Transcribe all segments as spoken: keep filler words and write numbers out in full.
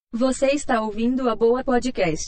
Você está ouvindo a Boa Podcast.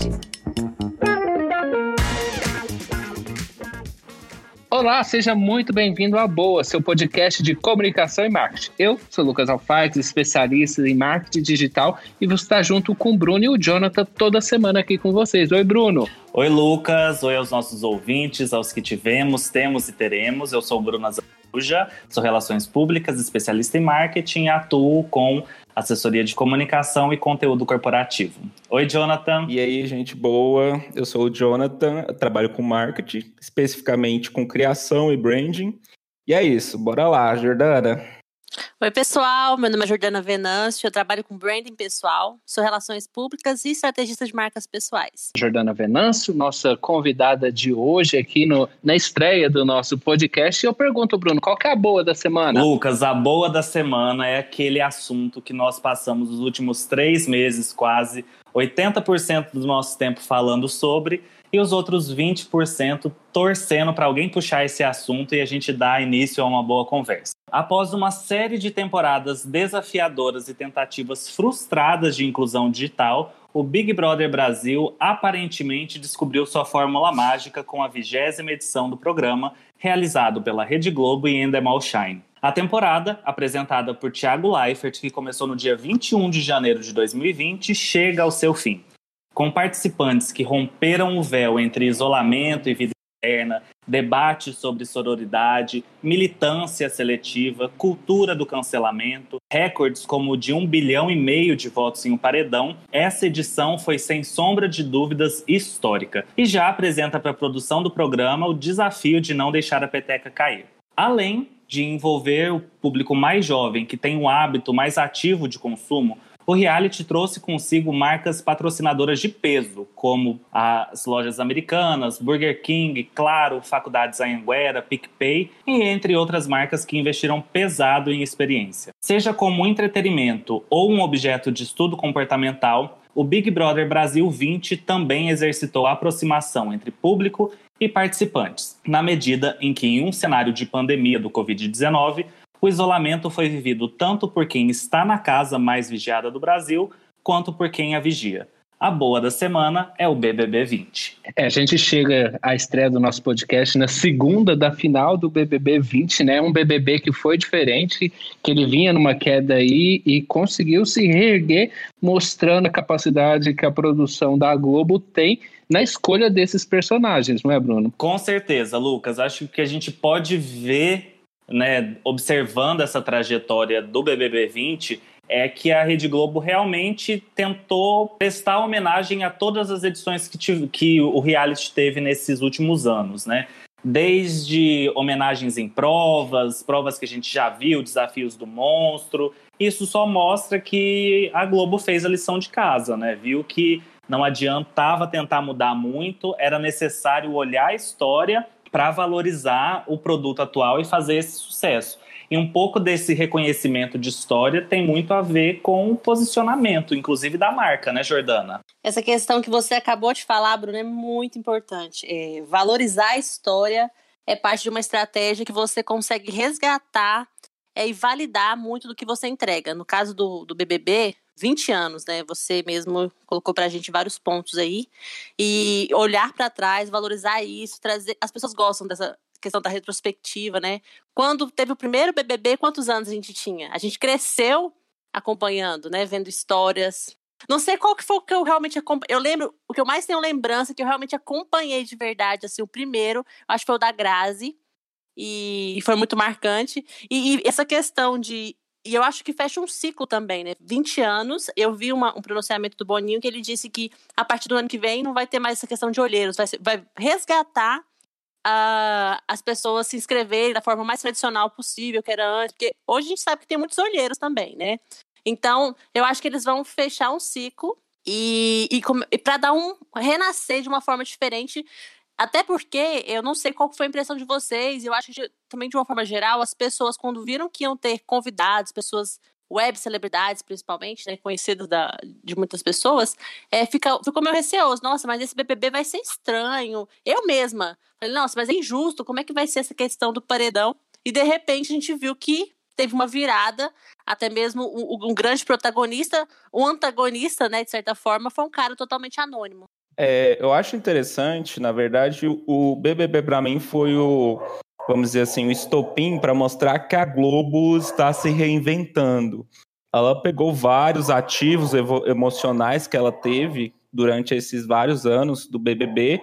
Olá, seja muito bem-vindo à Boa, seu podcast de comunicação e marketing. Eu sou Lucas Alfaix, especialista em marketing digital, e vou estar junto com o Bruno e o Jonathan toda semana aqui com vocês. Oi, Bruno. Oi, Lucas. Oi aos nossos ouvintes, aos que tivemos, temos e teremos. Eu sou o Bruno Azaruja, sou Relações Públicas, especialista em marketing e atuo com assessoria de comunicação e conteúdo corporativo. Oi, Jonathan. E aí, gente boa? Eu sou o Jonathan, trabalho com marketing, especificamente com criação e branding. E é isso, bora lá, Jordana. Oi, pessoal, meu nome é Jordana Venâncio, eu trabalho com branding pessoal, sou relações públicas e estrategista de marcas pessoais. Jordana Venâncio, nossa convidada de hoje aqui no, na estreia do nosso podcast. E eu pergunto, Bruno, qual que é a boa da semana? Lucas, a boa da semana é aquele assunto que nós passamos os últimos três meses, quase oitenta por cento do nosso tempo falando sobre, e os outros vinte por cento torcendo para alguém puxar esse assunto e a gente dar início a uma boa conversa. Após uma série de temporadas desafiadoras e tentativas frustradas de inclusão digital, o Big Brother Brasil aparentemente descobriu sua fórmula mágica com a vigésima edição do programa, realizado pela Rede Globo e Endemol Shine. A temporada, apresentada por Thiago Leifert, que começou no dia vinte e um de janeiro de dois mil e vinte, chega ao seu fim. Com participantes que romperam o véu entre isolamento e vida interna, debate sobre sororidade, militância seletiva, cultura do cancelamento, recordes como o de um bilhão e meio de votos em um paredão, essa edição foi sem sombra de dúvidas histórica e já apresenta para a produção do programa o desafio de não deixar a peteca cair. Além de envolver o público mais jovem, que tem um hábito mais ativo de consumo, o reality trouxe consigo marcas patrocinadoras de peso, como as lojas americanas, Burger King, Claro, Faculdades Anhanguera, PicPay, e entre outras marcas que investiram pesado em experiência. Seja como um entretenimento ou um objeto de estudo comportamental, o Big Brother Brasil vinte também exercitou a aproximação entre público e participantes, na medida em que, em um cenário de pandemia do covid dezenove, o isolamento foi vivido tanto por quem está na casa mais vigiada do Brasil, quanto por quem a vigia. A boa da semana é o B B B vinte. É, a gente chega à estreia do nosso podcast na segunda da final do B B B vinte, né? Um B B B que foi diferente, que ele vinha numa queda aí e conseguiu se reerguer, mostrando a capacidade que a produção da Globo tem na escolha desses personagens, não é, Bruno? Com certeza, Lucas. Acho que a gente pode ver, né, observando essa trajetória do B B B vinte, é que a Rede Globo realmente tentou prestar homenagem a todas as edições que, tive, que o reality teve nesses últimos anos, né? Desde homenagens em provas, provas que a gente já viu, desafios do monstro. Isso só mostra que a Globo fez a lição de casa, né? Viu que não adiantava tentar mudar muito, era necessário olhar a história para valorizar o produto atual e fazer esse sucesso. E um pouco desse reconhecimento de história tem muito a ver com o posicionamento, inclusive da marca, né, Jordana? Essa questão que você acabou de falar, Bruno, é muito importante. É, valorizar a história é parte de uma estratégia que você consegue resgatar é, e validar muito do que você entrega. No caso do, do B B B, vinte anos, né? Você mesmo colocou pra gente vários pontos aí. E olhar pra trás, valorizar isso, trazer... As pessoas gostam dessa questão da retrospectiva, né? Quando teve o primeiro B B B, quantos anos a gente tinha? A gente cresceu acompanhando, né? Vendo histórias. Não sei qual que foi o que eu realmente acompanhei. Eu lembro, o que eu mais tenho lembrança, que eu realmente acompanhei de verdade, assim, o primeiro, acho que foi o da Grazi. E foi muito marcante. E, e essa questão de... E eu acho que fecha um ciclo também, né? vinte anos, eu vi uma, um pronunciamento do Boninho que ele disse que a partir do ano que vem não vai ter mais essa questão de olheiros, vai, ser, vai resgatar uh, as pessoas se inscreverem da forma mais tradicional possível, que era antes, porque hoje a gente sabe que tem muitos olheiros também, né? Então, eu acho que eles vão fechar um ciclo e, e, e para dar um renascer de uma forma diferente. Até porque eu não sei qual foi a impressão de vocês, eu acho que também de uma forma geral, as pessoas quando viram que iam ter convidados, pessoas web celebridades principalmente, né, conhecidas da, de muitas pessoas, é, fica, ficou meio receoso. Nossa, mas esse B B B vai ser estranho. Eu mesma falei, nossa, mas é injusto, como é que vai ser essa questão do paredão? E de repente a gente viu que teve uma virada, até mesmo um, um grande protagonista, o antagonista, né, de certa forma, foi um cara totalmente anônimo. É, eu acho interessante, na verdade, o B B B para mim foi o, vamos dizer assim, o estopim para mostrar que a Globo está se reinventando. Ela pegou vários ativos evo- emocionais que ela teve durante esses vários anos do B B B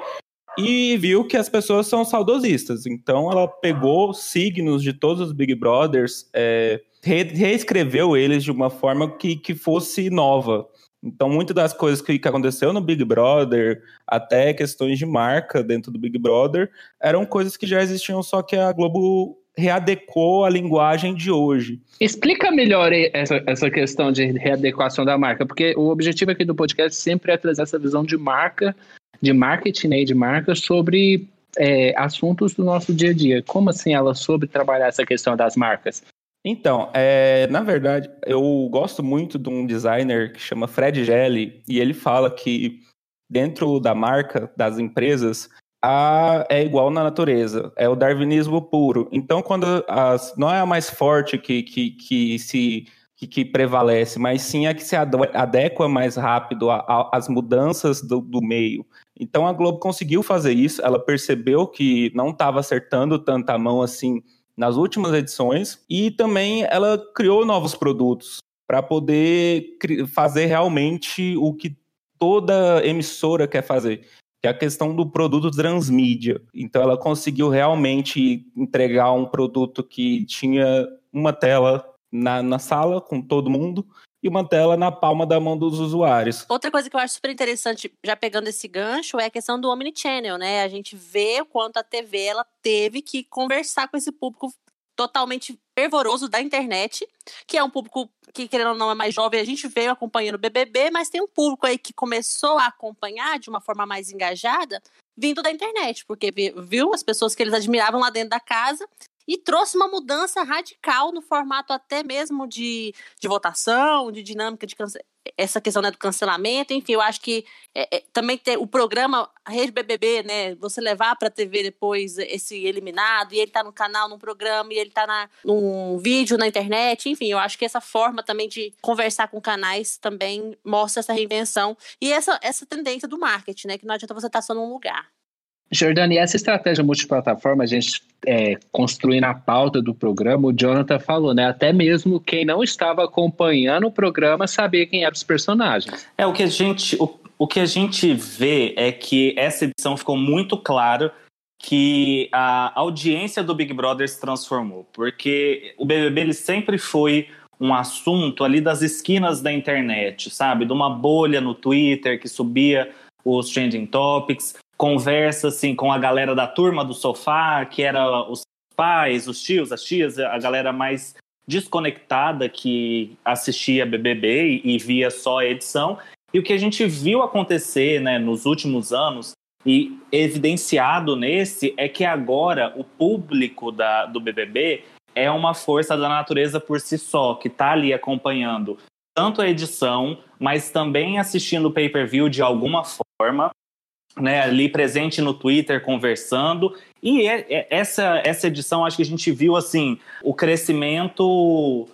e viu que as pessoas são saudosistas. Então ela pegou signos de todos os Big Brothers, é, re- reescreveu eles de uma forma que, que fosse nova. Então, muitas das coisas que, que aconteceu no Big Brother, até questões de marca dentro do Big Brother, eram coisas que já existiam, só que a Globo readequou a linguagem de hoje. Explica melhor essa, essa questão de readequação da marca, porque o objetivo aqui do podcast sempre é trazer essa visão de marca, de marketing, né, de marca sobre é, assuntos do nosso dia a dia. Como assim ela soube trabalhar essa questão das marcas? Então, é, na verdade, eu gosto muito de um designer que chama Fred Gelli, e ele fala que dentro da marca, das empresas, a, é igual na natureza, é o darwinismo puro. Então, quando as, não é a mais forte que, que, que, se, que, que prevalece, mas sim a que se adequa mais rápido às mudanças do, do meio. Então, a Globo conseguiu fazer isso, ela percebeu que não estava acertando tanta mão assim nas últimas edições, e também ela criou novos produtos para poder fazer realmente o que toda emissora quer fazer, que é a questão do produto transmídia. Então ela conseguiu realmente entregar um produto que tinha uma tela na, na sala com todo mundo e uma tela na palma da mão dos usuários. Outra coisa que eu acho super interessante, já pegando esse gancho, é a questão do Omnichannel, né? A gente vê o quanto a T V ela teve que conversar com esse público totalmente fervoroso da internet, que é um público que, querendo ou não, é mais jovem. A gente veio acompanhando o B B B, mas tem um público aí que começou a acompanhar de uma forma mais engajada, vindo da internet, porque viu as pessoas que eles admiravam lá dentro da casa e trouxe uma mudança radical no formato até mesmo de, de votação, de dinâmica, de cance... essa questão, né, do cancelamento. Enfim, eu acho que é, é, também ter o programa Rede B B B, né, você levar para a T V depois esse eliminado, e ele tá no canal, num programa, e ele tá na, num vídeo na internet. Enfim, eu acho que essa forma também de conversar com canais também mostra essa reinvenção e essa, essa tendência do marketing, né, que não adianta você estar só num lugar. Jordana, e essa estratégia multiplataforma, a gente é, construir na pauta do programa, o Jonathan falou, né? Até mesmo quem não estava acompanhando o programa sabia quem eram os personagens. É, o que a gente, o, o que a gente vê é que essa edição ficou muito claro que a audiência do Big Brother se transformou, porque o B B B ele sempre foi um assunto ali das esquinas da internet, sabe? De uma bolha no Twitter que subia os trending topics, conversa assim com a galera da turma do sofá, que era os pais, os tios, as tias, a galera mais desconectada que assistia B B B e, e via só a edição. E o que a gente viu acontecer, né, nos últimos anos, e evidenciado nesse, é que agora o público da, do B B B é uma força da natureza por si só, que está ali acompanhando tanto a edição, mas também assistindo o pay-per-view de alguma forma, né, ali presente no Twitter, conversando. E é, é, essa, essa edição, acho que a gente viu assim, o crescimento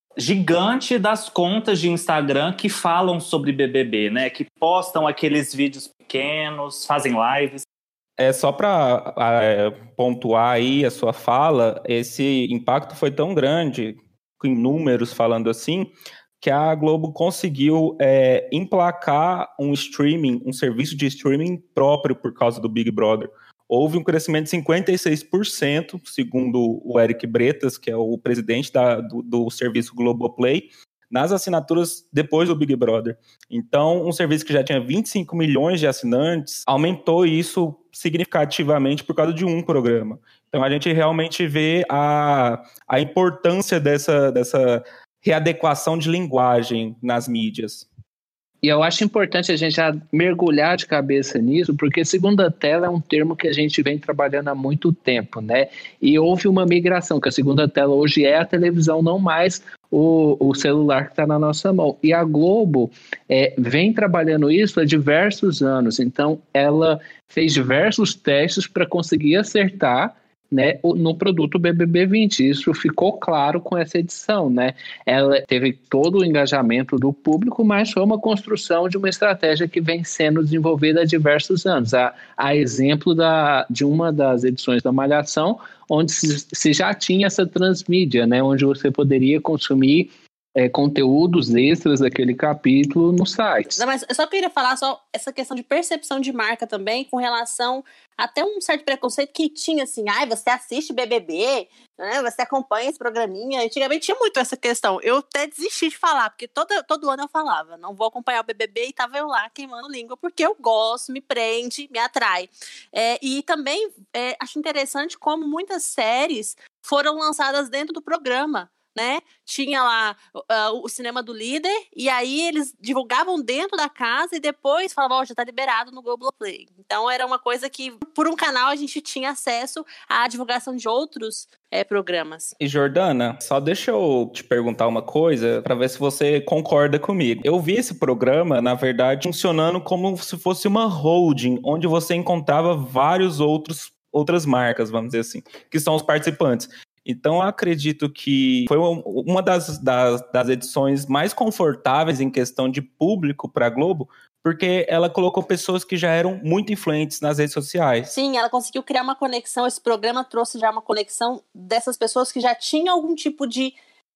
gigante das contas de Instagram que falam sobre B B B, né, que postam aqueles vídeos pequenos, fazem lives. É só para é, pontuar aí a sua fala, esse impacto foi tão grande, em números falando assim, que a Globo conseguiu é, emplacar um streaming, um serviço de streaming próprio por causa do Big Brother. Houve um crescimento de cinquenta e seis por cento, segundo o Eric Bretas, que é o presidente da, do, do serviço Globoplay, nas assinaturas depois do Big Brother. Então, um serviço que já tinha vinte e cinco milhões de assinantes, aumentou isso significativamente por causa de um programa. Então, a gente realmente vê a, a importância dessa... dessa readequação de linguagem nas mídias. E eu acho importante a gente já mergulhar de cabeça nisso, porque segunda tela é um termo que a gente vem trabalhando há muito tempo, né? E houve uma migração, que a segunda tela hoje é a televisão, não mais o, o celular que está na nossa mão. E a Globo é, vem trabalhando isso há diversos anos, então ela fez diversos testes para conseguir acertar né, no produto B B B vinte. Isso ficou claro com essa edição, né? Ela teve todo o engajamento do público, mas foi uma construção de uma estratégia que vem sendo desenvolvida há diversos anos. A, a exemplo da, de uma das edições da Malhação, onde se, se já tinha essa transmídia, né, onde você poderia consumir É, conteúdos extras daquele capítulo no site. Não, mas eu só queria falar só essa questão de percepção de marca também, com relação até um certo preconceito que tinha, assim, ai, você assiste B B B, né, você acompanha esse programinha. Antigamente tinha muito essa questão. Eu até desisti de falar, porque todo, todo ano eu falava, não vou acompanhar o B B B, e tava eu lá queimando língua, porque eu gosto, me prende, me atrai. É, e também é, acho interessante como muitas séries foram lançadas dentro do programa, né? Tinha lá uh, o cinema do líder, e aí eles divulgavam dentro da casa e depois falavam, ó, oh, já tá liberado no Globoplay. Então era uma coisa que, por um canal, a gente tinha acesso à divulgação de outros é, programas. E Jordana, só deixa eu te perguntar uma coisa para ver se você concorda comigo. Eu vi esse programa, na verdade, funcionando como se fosse uma holding, onde você encontrava vários outros outras marcas, vamos dizer assim, que são os participantes. Então, eu acredito que foi uma das, das, das edições mais confortáveis em questão de público para a Globo, porque ela colocou pessoas que já eram muito influentes nas redes sociais. Sim, ela conseguiu criar uma conexão, esse programa trouxe já uma conexão dessas pessoas que já tinham algum tipo de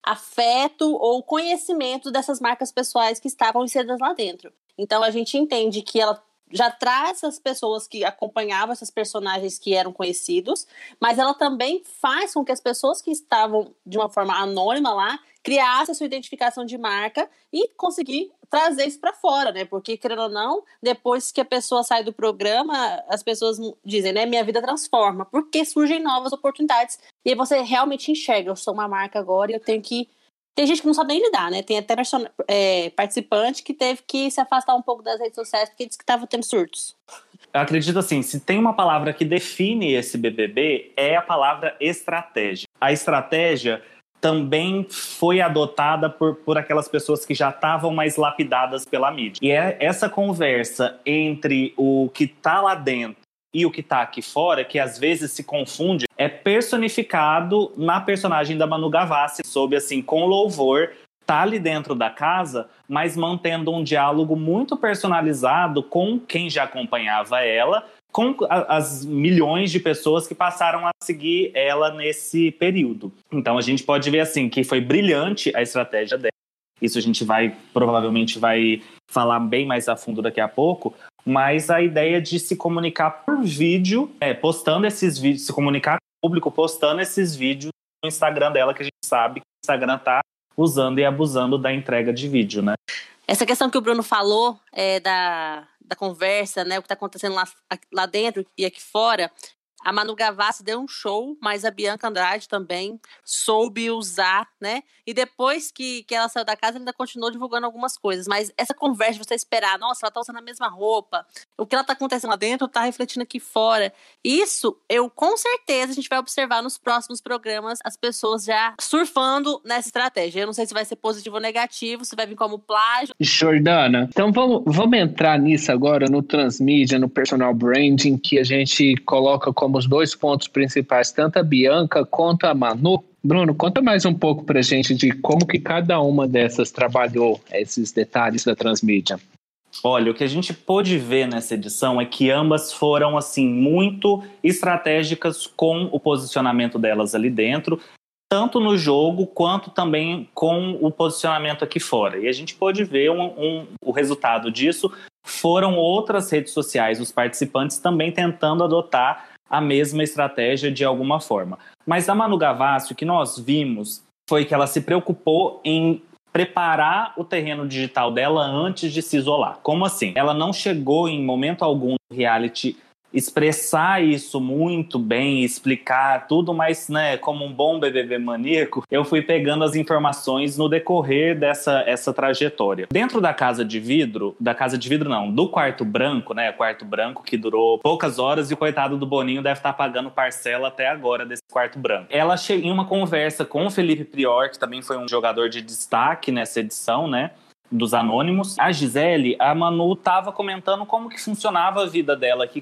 afeto ou conhecimento dessas marcas pessoais que estavam inseridas lá dentro. Então, a gente entende que ela já traz essas pessoas que acompanhavam esses personagens que eram conhecidos, mas ela também faz com que as pessoas que estavam de uma forma anônima lá criassem a sua identificação de marca e conseguir trazer isso para fora, né? Porque, querendo ou não, depois que a pessoa sai do programa, as pessoas dizem, né? Minha vida transforma, porque surgem novas oportunidades. E aí você realmente enxerga, eu sou uma marca agora e eu tenho que... Tem gente que não sabe nem lidar, né? Tem até person... é, participante que teve que se afastar um pouco das redes sociais porque disse que estava tendo surtos. Eu acredito assim, se tem uma palavra que define esse B B B, é a palavra estratégia. A estratégia também foi adotada por, por aquelas pessoas que já estavam mais lapidadas pela mídia. E é essa conversa entre o que está lá dentro e o que tá aqui fora, que às vezes se confunde, é personificado na personagem da Manu Gavassi, sob, assim, com louvor, tá ali dentro da casa, mas mantendo um diálogo muito personalizado com quem já acompanhava ela, com as milhões de pessoas que passaram a seguir ela nesse período. Então a gente pode ver, assim, que foi brilhante a estratégia dela. Isso a gente vai, provavelmente vai falar bem mais a fundo daqui a pouco, mas a ideia de se comunicar por vídeo, é, postando esses vídeos, se comunicar com o público postando esses vídeos no Instagram dela, que a gente sabe que o Instagram tá usando e abusando da entrega de vídeo, né? Essa questão que o Bruno falou é, da, da conversa, né, o que tá acontecendo lá, lá dentro e aqui fora, a Manu Gavassi deu um show, mas a Bianca Andrade também soube usar, né? E depois que, que ela saiu da casa, ela ainda continuou divulgando algumas coisas. Mas essa conversa, você esperar, nossa, ela tá usando a mesma roupa, o que ela tá acontecendo lá dentro tá refletindo aqui fora. Isso, eu com certeza, a gente vai observar nos próximos programas as pessoas já surfando nessa estratégia. Eu não sei se vai ser positivo ou negativo, se vai vir como plágio. Jordana, então vamos, vamos entrar nisso agora, no transmídia, no personal branding, que a gente coloca como os dois pontos principais, tanto a Bianca quanto a Manu. Bruno, conta mais um pouco pra gente de como que cada uma dessas trabalhou esses detalhes da transmídia. Olha, o que a gente pôde ver nessa edição é que ambas foram, assim, muito estratégicas com o posicionamento delas ali dentro, tanto no jogo quanto também com o posicionamento aqui fora. E a gente pôde ver um, um, o resultado disso foram outras redes sociais, os participantes também tentando adotar a mesma estratégia de alguma forma. Mas a Manu Gavassi, o que nós vimos foi que ela se preocupou em preparar o terreno digital dela antes de se isolar. Como assim? Ela não chegou em momento algum no reality expressar isso muito bem, explicar tudo, mas, né, como um bom B B B maníaco, eu fui pegando as informações no decorrer dessa essa trajetória. Dentro da Casa de Vidro, da Casa de Vidro não, do Quarto Branco, né, Quarto Branco que durou poucas horas e o coitado do Boninho deve estar pagando parcela até agora desse Quarto Branco. Ela chegou em uma conversa com o Felipe Prior, que também foi um jogador de destaque nessa edição, né, dos Anônimos. A Gisele, a Manu estava comentando como que funcionava a vida dela aqui como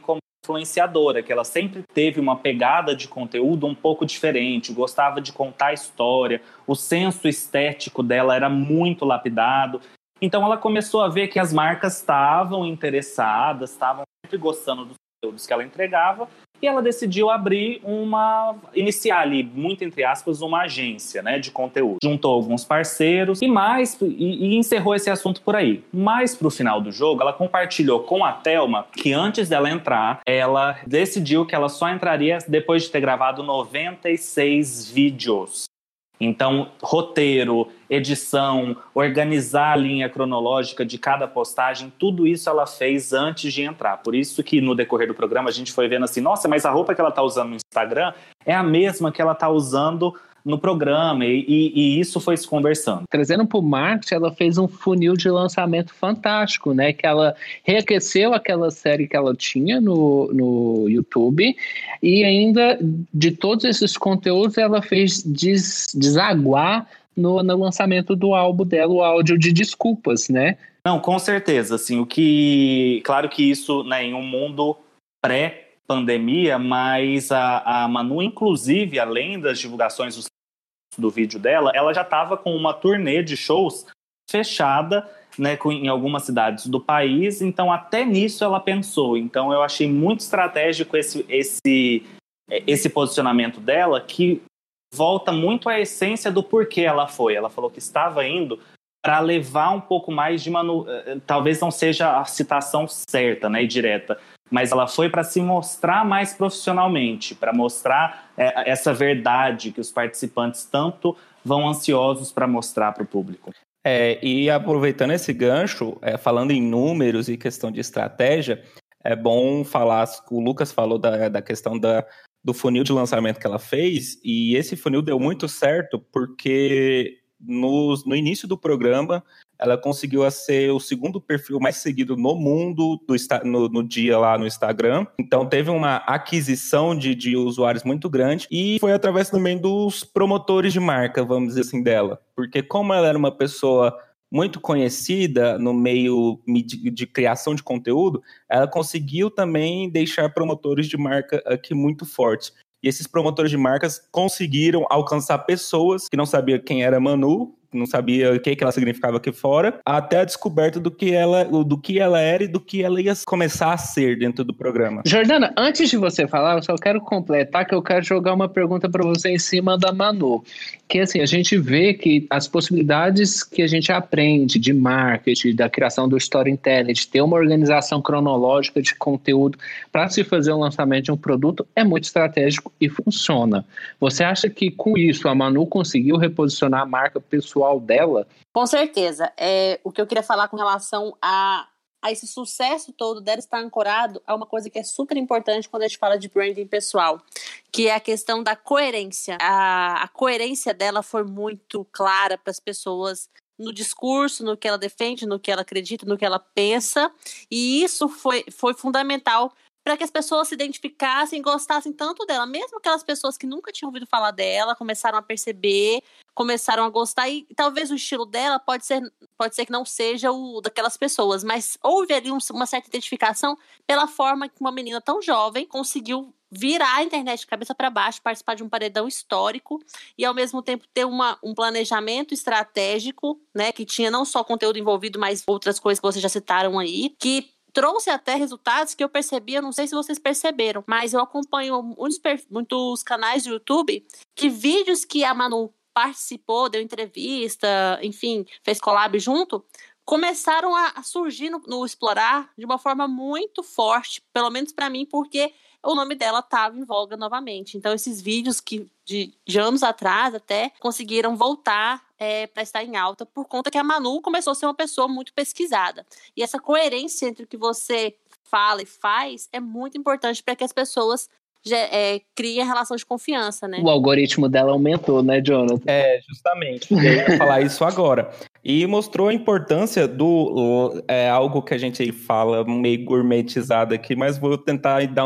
influenciadora, que ela sempre teve uma pegada de conteúdo um pouco diferente, gostava de contar história, o senso estético dela era muito lapidado. Então ela começou a ver que as marcas estavam interessadas, estavam sempre gostando dos conteúdos que ela entregava, e ela decidiu abrir uma, iniciar ali, muito entre aspas, uma agência, né, de conteúdo. Juntou alguns parceiros e mais, e, e encerrou esse assunto por aí. Mais pro final do jogo, ela compartilhou com a Thelma que antes dela entrar, ela decidiu que ela só entraria depois de ter gravado noventa e seis vídeos. Então, roteiro, edição, organizar a linha cronológica de cada postagem, tudo isso ela fez antes de entrar. Por isso que no decorrer do programa a gente foi vendo assim, nossa, mas a roupa que ela tá usando no Instagram é a mesma que ela tá usando no programa, e, e, e isso foi se conversando. Trazendo para o marketing, ela fez um funil de lançamento fantástico, né? Que ela reaqueceu aquela série que ela tinha no, no YouTube, e ainda de todos esses conteúdos ela fez des, desaguar no, no lançamento do álbum dela, o áudio de desculpas, né? Não, com certeza, assim, o que... Claro que isso, né, em um mundo pré-pandemia, mas a, a Manu, inclusive, além das divulgações dos do vídeo dela, ela já estava com uma turnê de shows fechada, né, em algumas cidades do país, então até nisso ela pensou. Então eu achei muito estratégico esse, esse, esse posicionamento dela, que volta muito à essência do porquê ela foi. Ela falou que estava indo para levar um pouco mais de Manu, talvez não seja a citação certa, né, e direta, mas ela foi para se mostrar mais profissionalmente, para mostrar é, essa verdade que os participantes tanto vão ansiosos para mostrar para o público. É, e aproveitando esse gancho, é, falando em números e questão de estratégia, é bom falar, o Lucas falou da, da questão da, do funil de lançamento que ela fez, e esse funil deu muito certo porque no, no início do programa ela conseguiu ser o segundo perfil mais seguido no mundo do, no, no dia lá no Instagram. Então teve uma aquisição de, de usuários muito grande, e foi através também dos promotores de marca, vamos dizer assim, dela. Porque como ela era uma pessoa muito conhecida no meio de, de criação de conteúdo, ela conseguiu também deixar promotores de marca aqui muito fortes. E esses promotores de marcas conseguiram alcançar pessoas que não sabiam quem era Manu, não sabia o que, que ela significava aqui fora, até a descoberta do que, ela, do que ela era e do que ela ia começar a ser dentro do programa. Jordana, antes de você falar, eu só quero completar que eu quero jogar uma pergunta para você em cima da Manu. Que assim, a gente vê que as possibilidades que a gente aprende de marketing, da criação do storytelling, de ter uma organização cronológica de conteúdo para se fazer o lançamento de um produto é muito estratégico e funciona. Você acha que com isso a Manu conseguiu reposicionar a marca pessoal dela? Com certeza. É, o que eu queria falar com relação a, a esse sucesso todo dela estar ancorado a uma coisa que é super importante quando a gente fala de branding pessoal, que é a questão da coerência. A, a coerência dela foi muito clara para as pessoas no discurso, no que ela defende, no que ela acredita, no que ela pensa, e isso foi, foi fundamental para que as pessoas se identificassem e gostassem tanto dela. Mesmo aquelas pessoas que nunca tinham ouvido falar dela, começaram a perceber, começaram a gostar, e talvez o estilo dela pode ser, pode ser que não seja o daquelas pessoas, mas houve ali um, uma certa identificação pela forma que uma menina tão jovem conseguiu virar a internet de cabeça para baixo, participar de um paredão histórico e, ao mesmo tempo, ter uma, um planejamento estratégico, né, que tinha não só conteúdo envolvido, mas outras coisas que vocês já citaram aí, que trouxe até resultados que eu percebi, eu não sei se vocês perceberam, mas eu acompanho muitos, muitos canais do YouTube que vídeos que a Manu participou, deu entrevista, enfim, fez collab junto, começaram a, a surgir no, no Explorar de uma forma muito forte, pelo menos para mim, porque o nome dela estava em voga novamente. Então, esses vídeos que de, de anos atrás até conseguiram voltar é, para estar em alta por conta que a Manu começou a ser uma pessoa muito pesquisada. E essa coerência entre o que você fala e faz é muito importante para que as pessoas já, é, criem a relação de confiança, né? O algoritmo dela aumentou, né, Jonathan? É, justamente. Eu ia falar isso agora. E mostrou a importância do... É algo que a gente fala meio gourmetizado aqui, mas vou tentar dar uma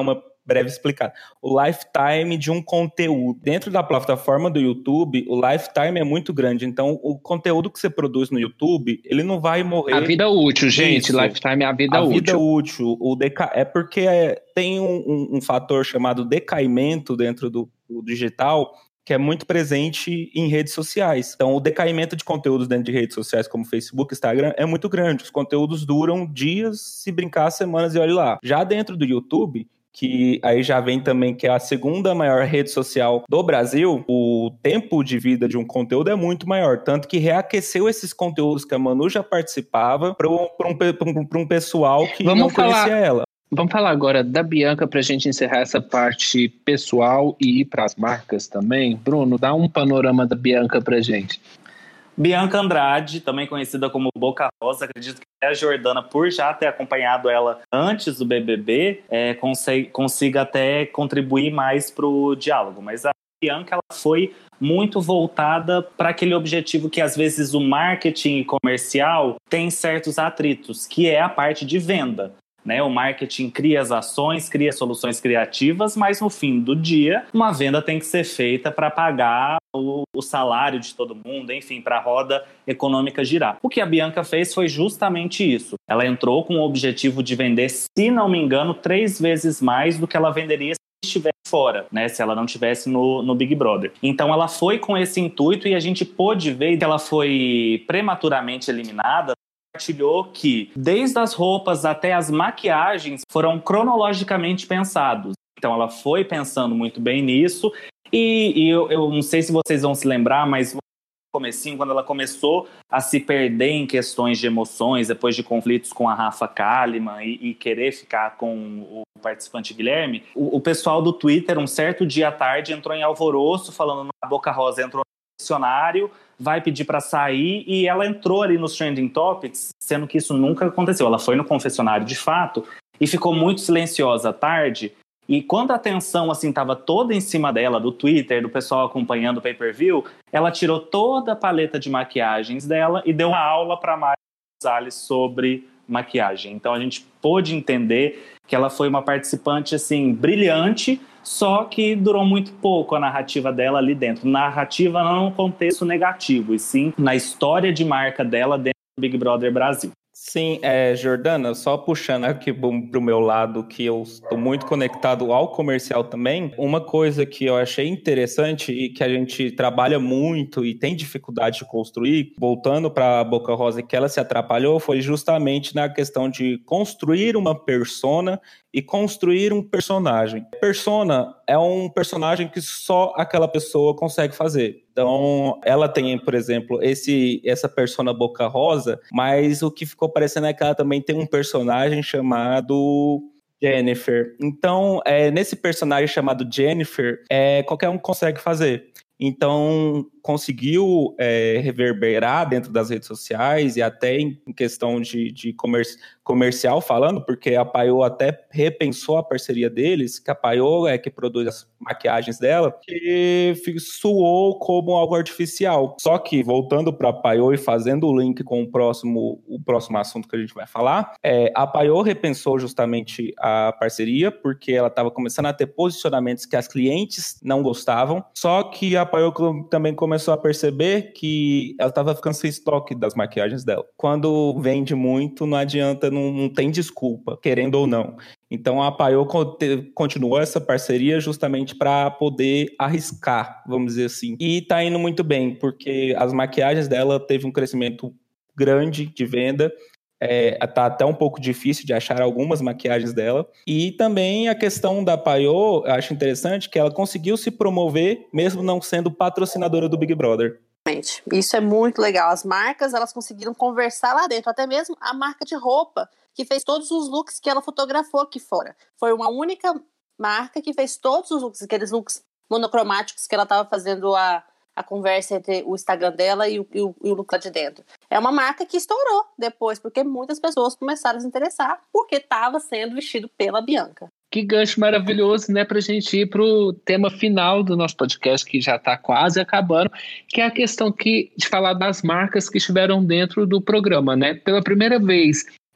breve explicada. O lifetime de um conteúdo. Dentro da plataforma do YouTube, o lifetime é muito grande. Então, o conteúdo que você produz no YouTube, ele não vai morrer... A vida útil, gente. Isso. Lifetime é a vida a útil. A vida útil. O deca... É porque é, tem um, um, um fator chamado decaimento dentro do, do digital, que é muito presente em redes sociais. Então, o decaimento de conteúdos dentro de redes sociais como Facebook, Instagram, é muito grande. Os conteúdos duram dias, se brincar, semanas e olhe lá. Já dentro do YouTube, que aí já vem também que é a segunda maior rede social do Brasil, o tempo de vida de um conteúdo é muito maior, tanto que reaqueceu esses conteúdos que a Manu já participava para um, um, um pessoal que Vamos não falar, conhecia ela. Vamos falar agora da Bianca para a gente encerrar essa parte pessoal e ir para as marcas também. Bruno, dá um panorama da Bianca para a gente. Bianca Andrade, também conhecida como Boca Rosa, acredito que a Jordana, por já ter acompanhado ela antes do B B B, é, consiga, consiga até contribuir mais para o diálogo. Mas a Bianca ela foi muito voltada para aquele objetivo que às vezes o marketing comercial tem certos atritos, que é a parte de venda. Né, o marketing cria as ações, cria soluções criativas, mas no fim do dia, uma venda tem que ser feita para pagar o, o salário de todo mundo, enfim, para a roda econômica girar. O que a Bianca fez foi justamente isso. Ela entrou com o objetivo de vender, se não me engano, três vezes mais do que ela venderia se estivesse fora, né, se ela não estivesse no, no Big Brother. Então ela foi com esse intuito e a gente pôde ver que ela foi prematuramente eliminada. Compartilhou que desde as roupas até as maquiagens foram cronologicamente pensados. Então ela foi pensando muito bem nisso e, e eu, eu não sei se vocês vão se lembrar, mas no comecinho, quando ela começou a se perder em questões de emoções, depois de conflitos com a Rafa Kalimann e, e querer ficar com o participante Guilherme, o, o pessoal do Twitter, um certo dia à tarde, entrou em alvoroço, falando a Boca Rosa entrou no dicionário, vai pedir para sair, e ela entrou ali nos Trending Topics, sendo que isso nunca aconteceu. Ela foi no confessionário de fato e ficou muito silenciosa à tarde, e quando a atenção assim estava toda em cima dela, do Twitter, do pessoal acompanhando o pay-per-view, ela tirou toda a paleta de maquiagens dela e deu uma aula para Mari Gonzalez sobre maquiagem. Então a gente pôde entender que ela foi uma participante assim brilhante, só que durou muito pouco a narrativa dela ali dentro. Narrativa não no contexto negativo, e sim na história de marca dela dentro do Big Brother Brasil. Sim, é, Jordana, só puxando aqui pro meu lado, que eu estou muito conectado ao comercial também, uma coisa que eu achei interessante e que a gente trabalha muito e tem dificuldade de construir, voltando para a Boca Rosa, que ela se atrapalhou, foi justamente na questão de construir uma persona e construir um personagem. Persona é um personagem que só aquela pessoa consegue fazer. Então, ela tem, por exemplo, esse, essa persona Boca Rosa, mas o que ficou parecendo é que ela também tem um personagem chamado Jennifer. Então, é, nesse personagem chamado Jennifer, é, qualquer um consegue fazer. Então, conseguiu é, reverberar dentro das redes sociais e até em questão de, de comerci- comercial falando, porque a Paiô até repensou a parceria deles, que a Paiô é que produz as maquiagens dela, que soou como algo artificial. Só que, voltando para a Paiô e fazendo o link com o próximo, o próximo assunto que a gente vai falar, é, a Paiô repensou justamente a parceria, porque ela estava começando a ter posicionamentos que as clientes não gostavam, só que a Paiô também começou a perceber que ela estava ficando sem estoque das maquiagens dela. Quando vende muito, não adianta, não, não tem desculpa, querendo ou não. Então a Paiô continuou essa parceria justamente para poder arriscar, vamos dizer assim. E tá indo muito bem, porque as maquiagens dela teve um crescimento grande de venda. É, tá até um pouco difícil de achar algumas maquiagens dela. E também a questão da Paiô, eu acho interessante que ela conseguiu se promover mesmo não sendo patrocinadora do Big Brother. Isso é muito legal. As marcas, elas conseguiram conversar lá dentro. Até mesmo a marca de roupa, que fez todos os looks que ela fotografou aqui fora. Foi uma única marca que fez todos os looks, aqueles looks monocromáticos que ela estava fazendo a... a conversa entre o Instagram dela e o, e, o, e o look lá de dentro. É uma marca que estourou depois, porque muitas pessoas começaram a se interessar, porque estava sendo vestido pela Bianca. Que gancho maravilhoso, né, pra gente ir pro tema final do nosso podcast, que já tá quase acabando, que é a questão que, de falar das marcas que estiveram dentro do programa, né? Pela primeira vez,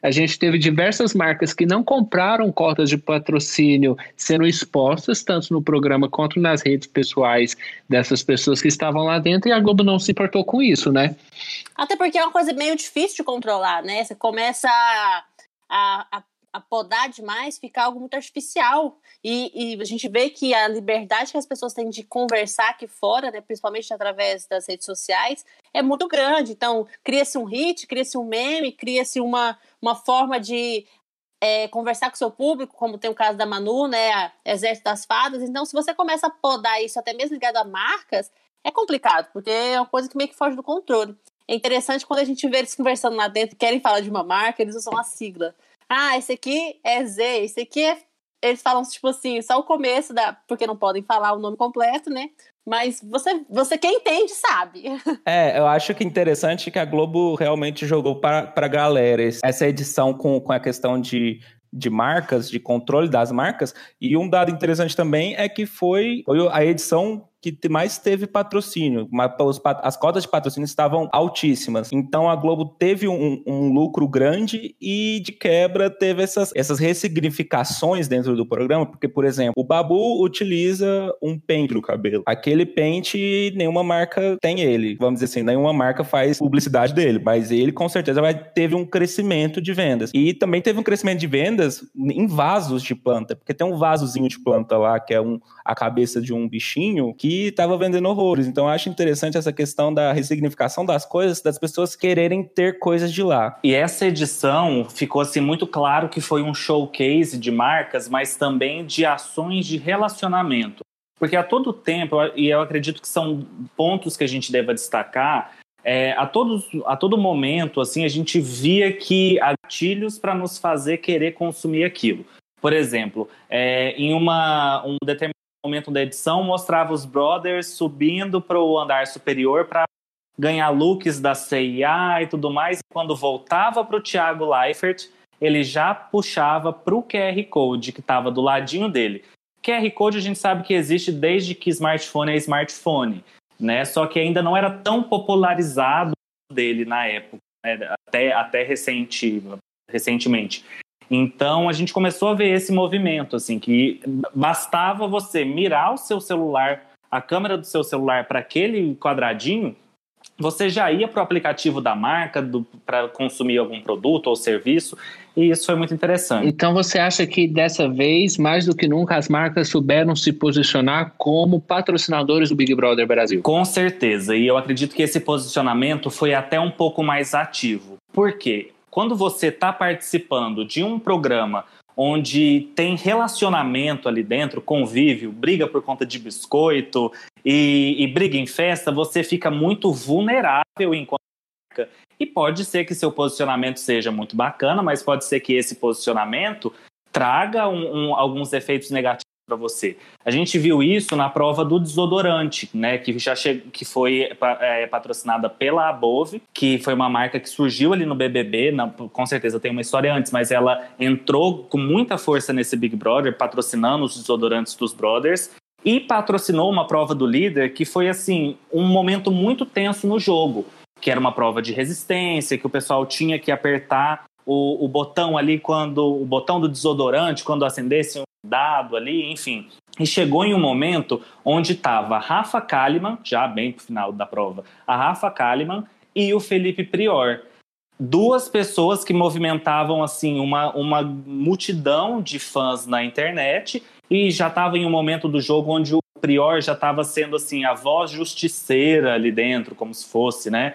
A gente teve diversas marcas que não compraram cotas de patrocínio sendo expostas, tanto no programa quanto nas redes pessoais dessas pessoas que estavam lá dentro, e a Globo não se importou com isso, né? Até porque é uma coisa meio difícil de controlar, né? Você começa a, a, a podar demais, fica algo muito artificial. E, e a gente vê que a liberdade que as pessoas têm de conversar aqui fora, né, principalmente através das redes sociais, é muito grande. Então, cria-se um hit, cria-se um meme, cria-se uma, uma forma de é, conversar com o seu público, como tem o caso da Manu, né, a Exército das Fadas. Então, se você começa a podar isso, até mesmo ligado a marcas, é complicado, porque é uma coisa que meio que foge do controle. É interessante quando a gente vê eles conversando lá dentro, querem falar de uma marca, eles usam a sigla. Ah, esse aqui é Z, esse aqui é... Eles falam, tipo assim, só o começo, da... porque não podem falar o nome completo, né? Mas você, você quem entende, sabe. É, eu acho que interessante que a Globo realmente jogou para a galera essa edição com, com a questão de, de marcas, de controle das marcas. E um dado interessante também é que foi, foi a edição que mais teve patrocínio. As cotas de patrocínio estavam altíssimas. Então a Globo teve um, um lucro grande e, de quebra, teve essas, essas ressignificações dentro do programa, porque, por exemplo, o Babu utiliza um pente no cabelo. Aquele pente, nenhuma marca tem ele. Vamos dizer assim, nenhuma marca faz publicidade dele, mas ele, com certeza, vai, teve um crescimento de vendas. E também teve um crescimento de vendas em vasos de planta, porque tem um vasozinho de planta lá, que é um, a cabeça de um bichinho, que e estava vendendo horrores. Então eu acho interessante essa questão da ressignificação das coisas, das pessoas quererem ter coisas de lá. E essa edição ficou assim muito claro que foi um showcase de marcas, mas também de ações de relacionamento. Porque a todo tempo, e eu acredito que são pontos que a gente deva destacar, é, a, todos, a todo momento assim, a gente via que há gatilhos para nos fazer querer consumir aquilo. Por exemplo, é, em uma, um determinado momento da edição, mostrava os brothers subindo para o andar superior para ganhar looks da C e A e tudo mais. E quando voltava para o Thiago Leifert, ele já puxava para o Q R Code que estava do ladinho dele. Q R Code a gente sabe que existe desde que smartphone é smartphone, né? Só que ainda não era tão popularizado dele na época, né? até, até recente, recentemente. Então, a gente começou a ver esse movimento, assim, que bastava você mirar o seu celular, a câmera do seu celular para aquele quadradinho, você já ia para o aplicativo da marca para consumir algum produto ou serviço, e isso foi muito interessante. Então, você acha que dessa vez, mais do que nunca, as marcas souberam se posicionar como patrocinadores do Big Brother Brasil? Com certeza, e eu acredito que esse posicionamento foi até um pouco mais ativo. Por quê? Quando você está participando de um programa onde tem relacionamento ali dentro, convívio, briga por conta de biscoito e, e briga em festa, você fica muito vulnerável enquanto marca. E pode ser que seu posicionamento seja muito bacana, mas pode ser que esse posicionamento traga um, um, alguns efeitos negativos para você. A gente viu isso na prova do desodorante, né, que já che... que foi é, patrocinada pela Above, que foi uma marca que surgiu ali no B B B, na... com certeza tem uma história antes, mas ela entrou com muita força nesse Big Brother, patrocinando os desodorantes dos brothers, e patrocinou uma prova do líder que foi assim, um momento muito tenso no jogo, que era uma prova de resistência, que o pessoal tinha que apertar o, o botão ali, quando o botão do desodorante, quando acendesse um dado ali, enfim. E chegou em um momento onde estava a Rafa Kalimann, já bem pro final da prova, a Rafa Kalimann e o Felipe Prior. Duas pessoas que movimentavam assim uma, uma multidão de fãs na internet, e já estava em um momento do jogo onde o Prior já estava sendo assim a voz justiceira ali dentro, como se fosse, né,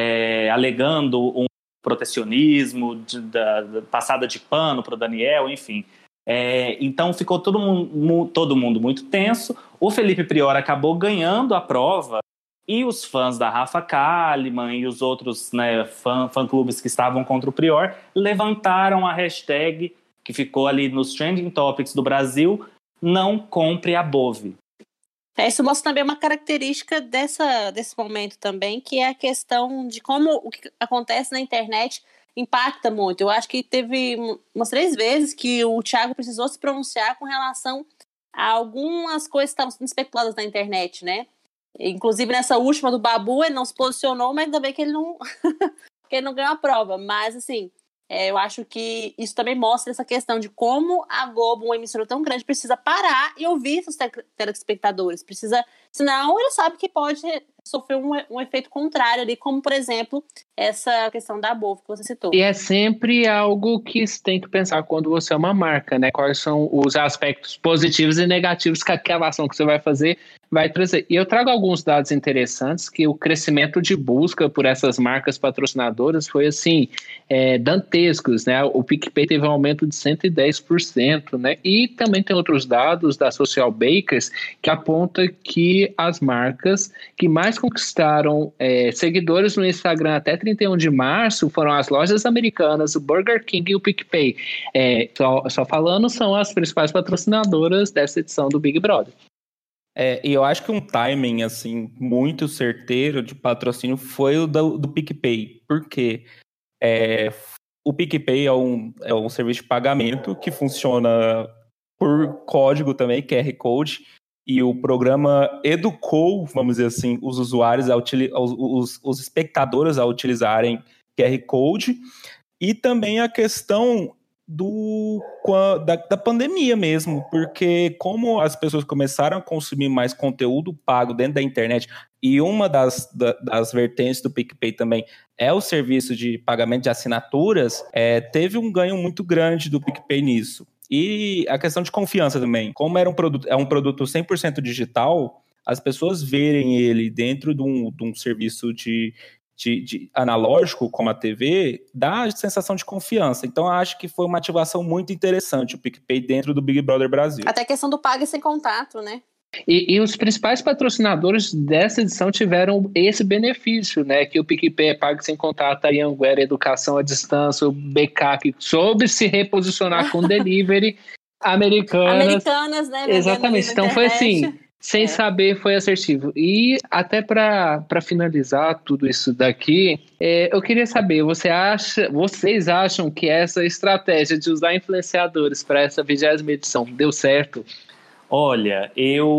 é, alegando um protecionismo, de, da, da passada de pano para o Daniel, enfim. É, então ficou todo mundo, todo mundo muito tenso. O Felipe Prior acabou ganhando a prova, e os fãs da Rafa Kalimann e os outros, né, fã, fã-clubes que estavam contra o Prior levantaram a hashtag que ficou ali nos Trending Topics do Brasil, não compre a Bove. É, isso mostra também uma característica dessa, desse momento também, que é a questão de como o que acontece na internet impacta muito. Eu acho que teve umas três vezes que o Thiago precisou se pronunciar com relação a algumas coisas que estavam sendo especuladas na internet, né? Inclusive nessa última do Babu, ele não se posicionou, mas ainda bem que ele não, que ele não ganhou a prova. Mas, assim, É, eu acho que isso também mostra essa questão de como a Globo, uma emissora tão grande, precisa parar e ouvir seus te- telespectadores. Precisa, senão ele sabe que pode sofrer um, um efeito contrário ali, como, por exemplo, essa questão da Bova que você citou. E é sempre algo que você tem que pensar quando você é uma marca, né? Quais são os aspectos positivos e negativos que aquela ação que você vai fazer vai trazer. E eu trago alguns dados interessantes, que o crescimento de busca por essas marcas patrocinadoras foi, assim, é, dantescos, né? O PicPay teve um aumento de cento e dez por cento, né? E também tem outros dados da Social Bakers que apontam que as marcas que mais conquistaram é, seguidores no Instagram até trinta e um de março foram as lojas americanas, o Burger King e o PicPay. É, só, só falando, são as principais patrocinadoras dessa edição do Big Brother. É, e eu acho que um timing, assim, muito certeiro de patrocínio foi o do, do PicPay. Por quê? É, o PicPay é um, é um serviço de pagamento que funciona por código também, Q R Code, e o programa educou, vamos dizer assim, os usuários, a utili- os, os, os espectadores a utilizarem Q R Code, e também a questão do, da, da pandemia mesmo, porque como as pessoas começaram a consumir mais conteúdo pago dentro da internet, e uma das, da, das vertentes do PicPay também é o serviço de pagamento de assinaturas, é, teve um ganho muito grande do PicPay nisso. E a questão de confiança também, como era um produto, é um produto cem por cento digital, as pessoas verem ele dentro de um, de um serviço de De, de analógico, como a T V, dá a sensação de confiança. Então, eu acho que foi uma ativação muito interessante o PicPay dentro do Big Brother Brasil. Até a questão do pague sem contato, né? E, e os principais patrocinadores dessa edição tiveram esse benefício, né? Que o PicPay é pago sem contato, a Anhanguera Educação à Distância, o B K, que soube se reposicionar com delivery, Americanas. Americanas, né? Exatamente. Então, foi assim... Sem é. saber, foi assertivo. E até para finalizar tudo isso daqui, é, eu queria saber, você acha, vocês acham que essa estratégia de usar influenciadores para essa vigésima edição deu certo? Olha,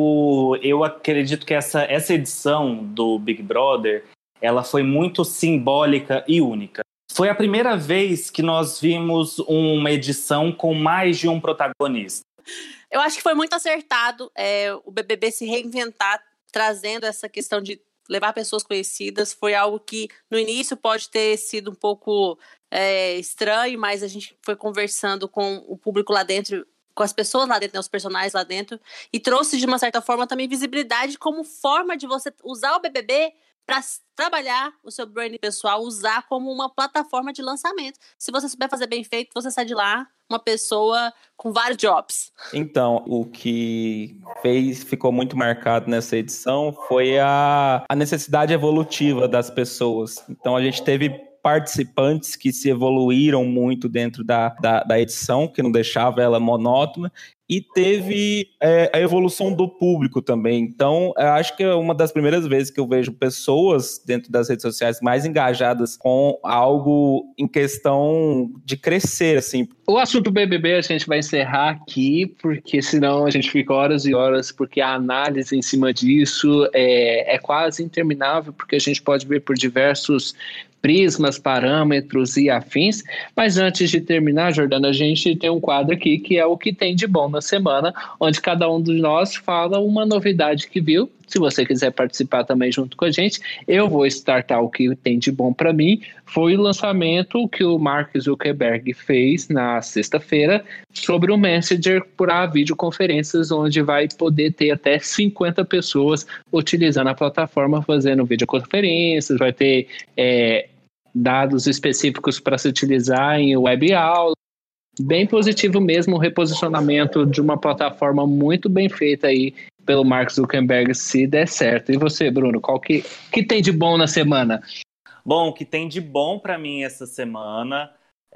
eu, eu acredito que essa, essa edição do Big Brother, ela foi muito simbólica e única. Foi a primeira vez que nós vimos uma edição com mais de um protagonista. Eu acho que foi muito acertado é, o B B B se reinventar, trazendo essa questão de levar pessoas conhecidas. Foi algo que no início pode ter sido um pouco é, estranho, mas a gente foi conversando com o público lá dentro, com as pessoas lá dentro, né, os personagens lá dentro, e trouxe de uma certa forma também visibilidade como forma de você usar o B B B para trabalhar o seu branding pessoal, usar como uma plataforma de lançamento. Se você souber fazer bem feito, você sai de lá uma pessoa com vários jobs. Então, o que fez, ficou muito marcado nessa edição foi a, a necessidade evolutiva das pessoas. Então, a gente teve participantes que se evoluíram muito dentro da, da, da edição, que não deixava ela monótona, e teve é, a evolução do público também. Então, eu acho que é uma das primeiras vezes que eu vejo pessoas dentro das redes sociais mais engajadas com algo em questão de crescer, assim. O assunto B B B a gente vai encerrar aqui, porque senão a gente fica horas e horas, porque a análise em cima disso é, é quase interminável, porque a gente pode ver por diversos prismas, parâmetros e afins. Mas antes de terminar, Jordana, a gente tem um quadro aqui que é o que tem de bom na semana, onde cada um de nós fala uma novidade que viu. Se você quiser participar também junto com a gente, eu vou startar o que tem de bom para mim. Foi o lançamento que o Mark Zuckerberg fez na sexta-feira sobre o Messenger para videoconferências, onde vai poder ter até cinquenta pessoas utilizando a plataforma, fazendo videoconferências, vai ter é, dados específicos para se utilizar em web aula. Bem positivo mesmo o reposicionamento de uma plataforma muito bem feita aí pelo Mark Zuckerberg, se der certo. E você, Bruno, qual que, que tem de bom na semana? Bom, o que tem de bom para mim essa semana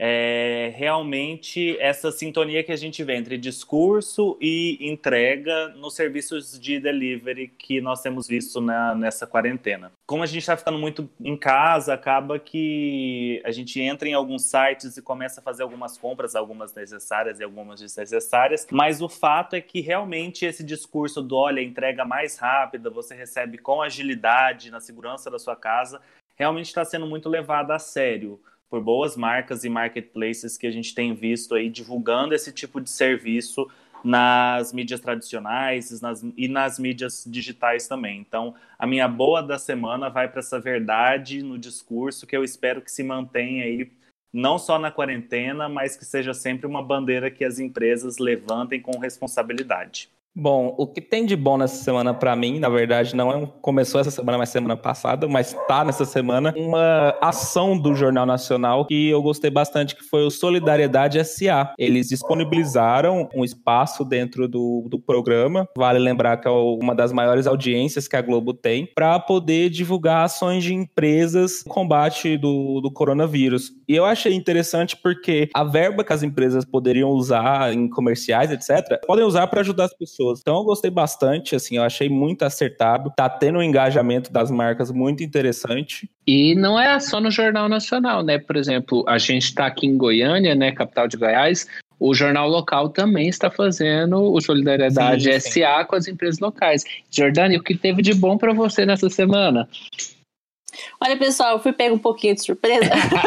é realmente essa sintonia que a gente vê entre discurso e entrega nos serviços de delivery que nós temos visto na, nessa quarentena. Como a gente está ficando muito em casa, acaba que a gente entra em alguns sites e começa a fazer algumas compras, algumas necessárias e algumas desnecessárias, mas o fato é que realmente esse discurso do olha, entrega mais rápida, você recebe com agilidade, na segurança da sua casa, realmente está sendo muito levado a sério. por boas marcas e marketplaces que a gente tem visto aí divulgando esse tipo de serviço nas mídias tradicionais nas, e nas mídias digitais também. Então, a minha boa da semana vai para essa verdade no discurso que eu espero que se mantenha aí, não só na quarentena, mas que seja sempre uma bandeira que as empresas levantem com responsabilidade. Bom, o que tem de bom nessa semana pra mim, na verdade, não é um, começou essa semana, mas semana passada, mas tá nessa semana, uma ação do Jornal Nacional que eu gostei bastante, que foi o Solidariedade S A. Eles disponibilizaram um espaço dentro do, do programa, vale lembrar que é uma das maiores audiências que a Globo tem, para poder divulgar ações de empresas no combate do, do coronavírus. E eu achei interessante porque a verba que as empresas poderiam usar em comerciais, etcétera, podem usar para ajudar as pessoas. Então eu gostei bastante, assim, eu achei muito acertado. Tá tendo um engajamento das marcas muito interessante. E não é só no Jornal Nacional, né? Por exemplo, a gente está aqui em Goiânia, né, capital de Goiás, o jornal local também está fazendo o Solidariedade sim, sim. S A com as empresas locais. Jordânia, o que teve de bom para você nessa semana? Olha, pessoal, eu fui pego um pouquinho de surpresa,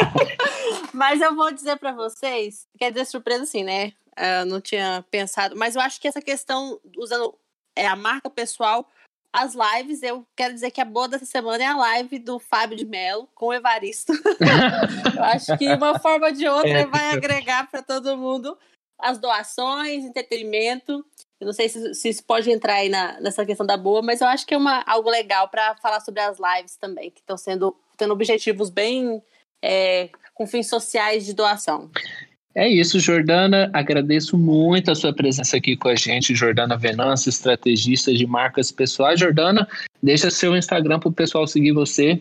mas eu vou dizer para vocês, quer dizer surpresa assim, né? Uh, não tinha pensado, mas eu acho que essa questão, usando é, a marca pessoal, as lives, eu quero dizer que a boa dessa semana é a live do Fábio de Mello com o Evaristo. Eu acho que de uma forma ou de outra é. vai agregar para todo mundo as doações, entretenimento. Eu não sei se, se isso pode entrar aí na, nessa questão da boa, mas eu acho que é uma, algo legal para falar sobre as lives também, que estão sendo tendo objetivos bem é, com fins sociais de doação. É isso, Jordana, agradeço muito a sua presença aqui com a gente, Jordana Venâncio, estrategista de marcas pessoais. Jordana, deixa seu Instagram para o pessoal seguir você.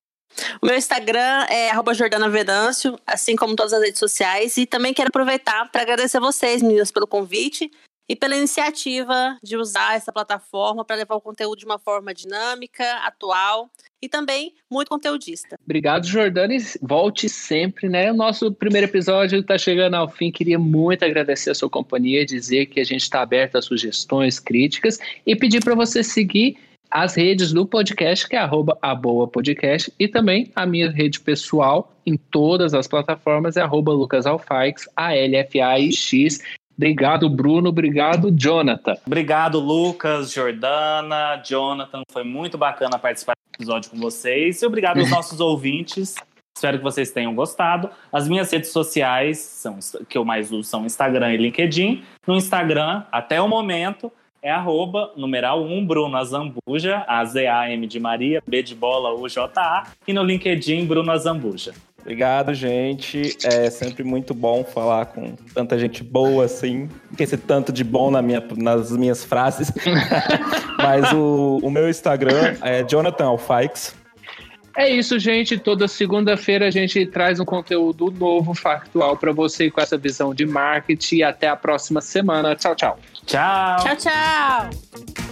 O meu Instagram é arroba Jordana Venâncio, assim como todas as redes sociais, e também quero aproveitar para agradecer a vocês, meninas, pelo convite e pela iniciativa de usar essa plataforma para levar o conteúdo de uma forma dinâmica, atual e também muito conteudista. Obrigado, Jordana, e volte sempre, né? O nosso primeiro episódio está chegando ao fim. Queria muito agradecer a sua companhia, dizer que a gente está aberto a sugestões, críticas e pedir para você seguir as redes do podcast, que é arroba a boa podcast, e também a minha rede pessoal em todas as plataformas é arroba Lucas Alfaix, A L F A I X. Obrigado, Bruno. Obrigado, Jonathan. Obrigado, Lucas, Jordana, Jonathan. Foi muito bacana participar do episódio com vocês. E obrigado aos nossos ouvintes. Espero que vocês tenham gostado. As minhas redes sociais, são, que eu mais uso, são Instagram e LinkedIn. No Instagram, até o momento, é arroba, numeral um, Bruno Azambuja, A Z A M de Maria, B de bola, U J A. E no LinkedIn, Bruno Azambuja. Obrigado, gente. É sempre muito bom falar com tanta gente boa, assim. Não esse tanto de bom na minha, nas minhas frases. Mas o, o meu Instagram é Jonathan Alfaix. É isso, gente. Toda segunda-feira a gente traz um conteúdo novo, factual, para você com essa visão de marketing. Até a próxima semana. Tchau, tchau. Tchau. Tchau, tchau.